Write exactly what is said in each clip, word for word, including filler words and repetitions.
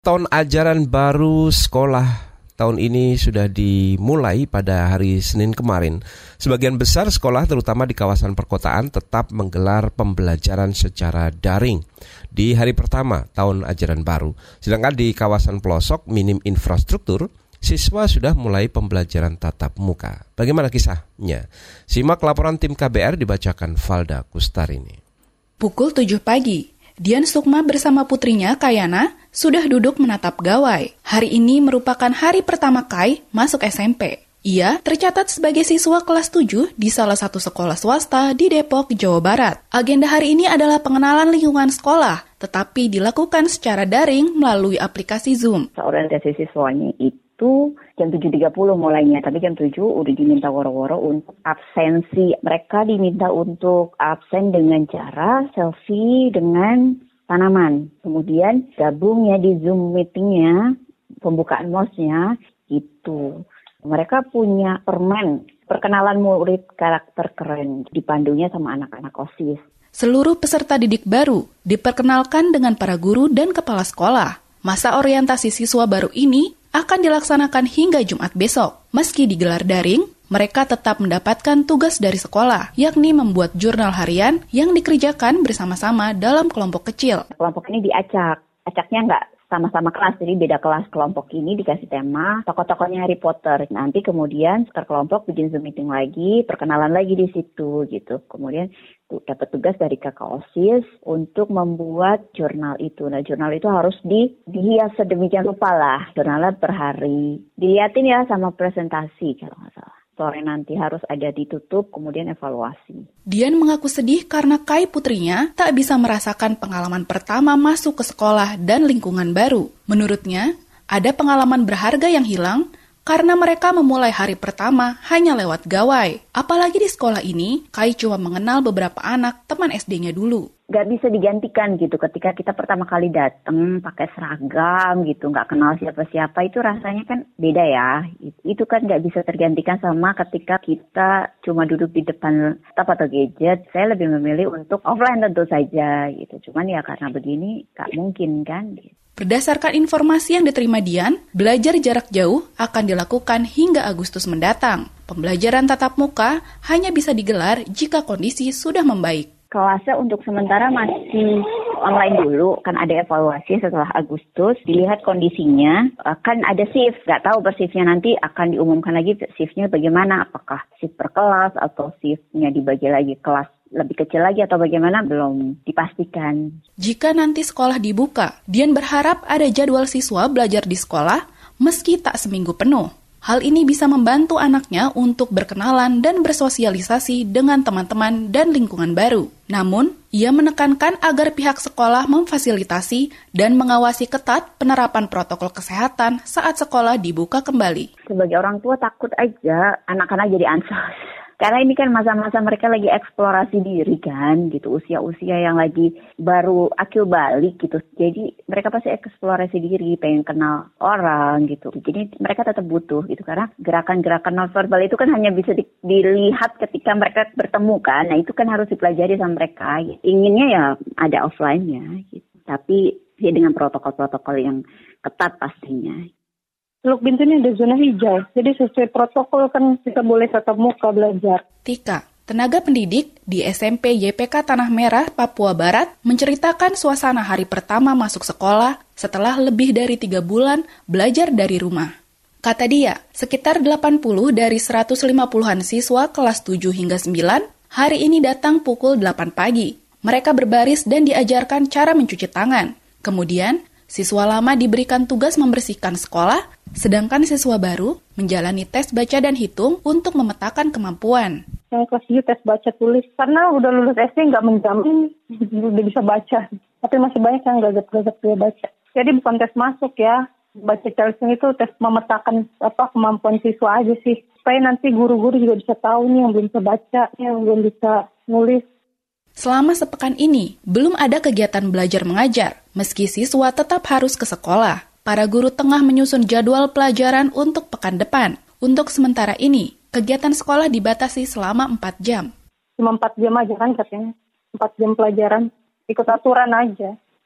tahun ajaran baru sekolah tahun ini sudah dimulai pada hari Senin kemarin. Sebagian besar sekolah, terutama di kawasan perkotaan, tetap menggelar pembelajaran secara daring di hari pertama tahun ajaran baru. Sedangkan di kawasan pelosok minim infrastruktur, siswa sudah mulai pembelajaran tatap muka. Bagaimana kisahnya? Simak laporan tim K B R dibacakan Valda Kustarini. Pukul tujuh pagi, Dian Sukma bersama putrinya Kayana sudah duduk menatap gawai. Hari ini merupakan hari pertama Kai masuk S M P. Ia tercatat sebagai siswa kelas tujuh di salah satu sekolah swasta di Depok, Jawa Barat. Agenda hari ini adalah pengenalan lingkungan sekolah, tetapi dilakukan secara daring melalui aplikasi Zoom. Orientasi siswanya itu jam tujuh tiga puluh mulainya, tapi jam tujuh udah diminta woro-woro untuk absensi. Mereka diminta untuk absen dengan cara selfie dengan tanaman. Kemudian gabung ya di Zoom meetingnya, pembukaan M O S-nya gitu. Mereka punya permen, perkenalan murid karakter keren, dipandunya sama anak-anak OSIS. Seluruh peserta didik baru diperkenalkan dengan para guru dan kepala sekolah. Masa orientasi siswa baru ini akan dilaksanakan hingga Jumat besok. Meski digelar daring, mereka tetap mendapatkan tugas dari sekolah, yakni membuat jurnal harian yang dikerjakan bersama-sama dalam kelompok kecil. Kelompok ini diacak, acaknya nggak sama-sama kelas, jadi beda kelas. Kelompok ini dikasih tema tokoh-tokohnya Harry Potter. Nanti kemudian terkelompok bikin Zoom meeting lagi, perkenalan lagi di situ gitu. Kemudian tuh, dapat tugas dari kakak OSIS untuk membuat jurnal itu. Nah, jurnal itu harus di, dihias sedemikian rupa lah. Jurnalnya per hari. Dilihatin ya sama presentasi kalau nggak salah. Sore nanti harus ada ditutup, kemudian evaluasi. Dian mengaku sedih karena Kai putrinya tak bisa merasakan pengalaman pertama masuk ke sekolah dan lingkungan baru. Menurutnya, ada pengalaman berharga yang hilang karena mereka memulai hari pertama hanya lewat gawai. Apalagi di sekolah ini, Kai cuma mengenal beberapa anak teman S D-nya dulu. Gak bisa digantikan gitu ketika kita pertama kali datang pakai seragam gitu, gak kenal siapa-siapa, itu rasanya kan beda ya. Itu kan gak bisa tergantikan sama ketika kita cuma duduk di depan laptop atau gadget. Saya lebih memilih untuk offline tentu saja gitu. Cuman ya karena begini gak mungkin kan gitu. Berdasarkan informasi yang diterima Dian, belajar jarak jauh akan dilakukan hingga Agustus mendatang. Pembelajaran tatap muka hanya bisa digelar jika kondisi sudah membaik. Kelasnya untuk sementara masih online dulu, kan ada evaluasi setelah Agustus, dilihat kondisinya, kan ada shift, nggak tahu per shiftnya nanti akan diumumkan lagi shiftnya bagaimana, apakah shift per kelas atau shiftnya dibagi lagi kelas lebih kecil lagi atau bagaimana, belum dipastikan. Jika nanti sekolah dibuka, Dian berharap ada jadwal siswa belajar di sekolah meski tak seminggu penuh. Hal ini bisa membantu anaknya untuk berkenalan dan bersosialisasi dengan teman-teman dan lingkungan baru. Namun, ia menekankan agar pihak sekolah memfasilitasi dan mengawasi ketat penerapan protokol kesehatan saat sekolah dibuka kembali. Sebagai orang tua takut aja anak-anak jadi ansos. Karena ini kan masa-masa mereka lagi eksplorasi diri kan, gitu. Usia-usia yang lagi baru akil balik gitu. Jadi mereka pasti eksplorasi diri, pengen kenal orang gitu. Jadi mereka tetap butuh gitu. Karena gerakan-gerakan nonverbal itu kan hanya bisa di, dilihat ketika mereka bertemu kan. Nah itu kan harus dipelajari sama mereka. Inginnya ya ada offline-nya gitu. Tapi ya dengan protokol-protokol yang ketat pastinya. Teluk Bintu ini ada zona hijau, jadi sesuai protokol kan kita boleh tatap muka belajar. Tika, tenaga pendidik di S M P Y P K Tanah Merah, Papua Barat, menceritakan suasana hari pertama masuk sekolah setelah lebih dari tiga bulan belajar dari rumah. Kata dia, sekitar delapan puluh dari seratus lima puluhan siswa kelas tujuh hingga sembilan hari ini datang pukul delapan pagi. Mereka berbaris dan diajarkan cara mencuci tangan. Kemudian, siswa lama diberikan tugas membersihkan sekolah, sedangkan siswa baru menjalani tes baca dan hitung untuk memetakan kemampuan. Yang kelas tujuh tes baca tulis, karena udah lulus S D nggak menjamin udah bisa baca. Tapi masih banyak yang nggak bisa baca. Jadi bukan tes masuk ya, baca tulisnya itu tes memetakan apa kemampuan siswa aja sih. Supaya nanti guru-guru juga bisa tahu nih yang belum bisa baca, yang belum bisa nulis. Selama sepekan ini, belum ada kegiatan belajar mengajar, meski siswa tetap harus ke sekolah. Para guru tengah menyusun jadwal pelajaran untuk pekan depan. Untuk sementara ini, kegiatan sekolah dibatasi selama empat jam. Cuma empat jam aja kan katanya. empat jam pelajaran, ikut aturan aja.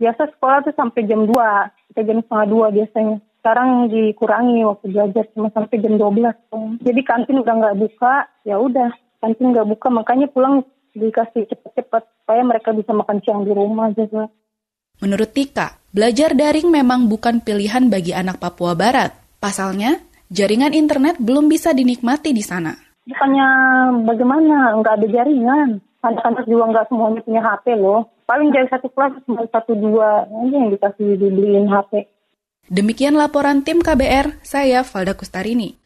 Biasa sekolah tuh sampai jam dua, kita jam setengah dua biasanya. Sekarang dikurangi waktu belajar cuma sampai jam dua belas. Jadi kantin udah nggak buka, ya udah kantin nggak buka, makanya pulang dikasih cepet-cepet supaya mereka bisa makan siang di rumah juga. Menurut Tika, belajar daring memang bukan pilihan bagi anak Papua Barat. Pasalnya, jaringan internet belum bisa dinikmati di sana. Bukannya bagaimana, nggak ada jaringan. Anak-anak juga nggak semuanya punya H P loh. Paling dari satu kelas cuma satu dua aja yang dikasih dibeliin H P. Demikian laporan tim K B R, saya Valda Kustarini.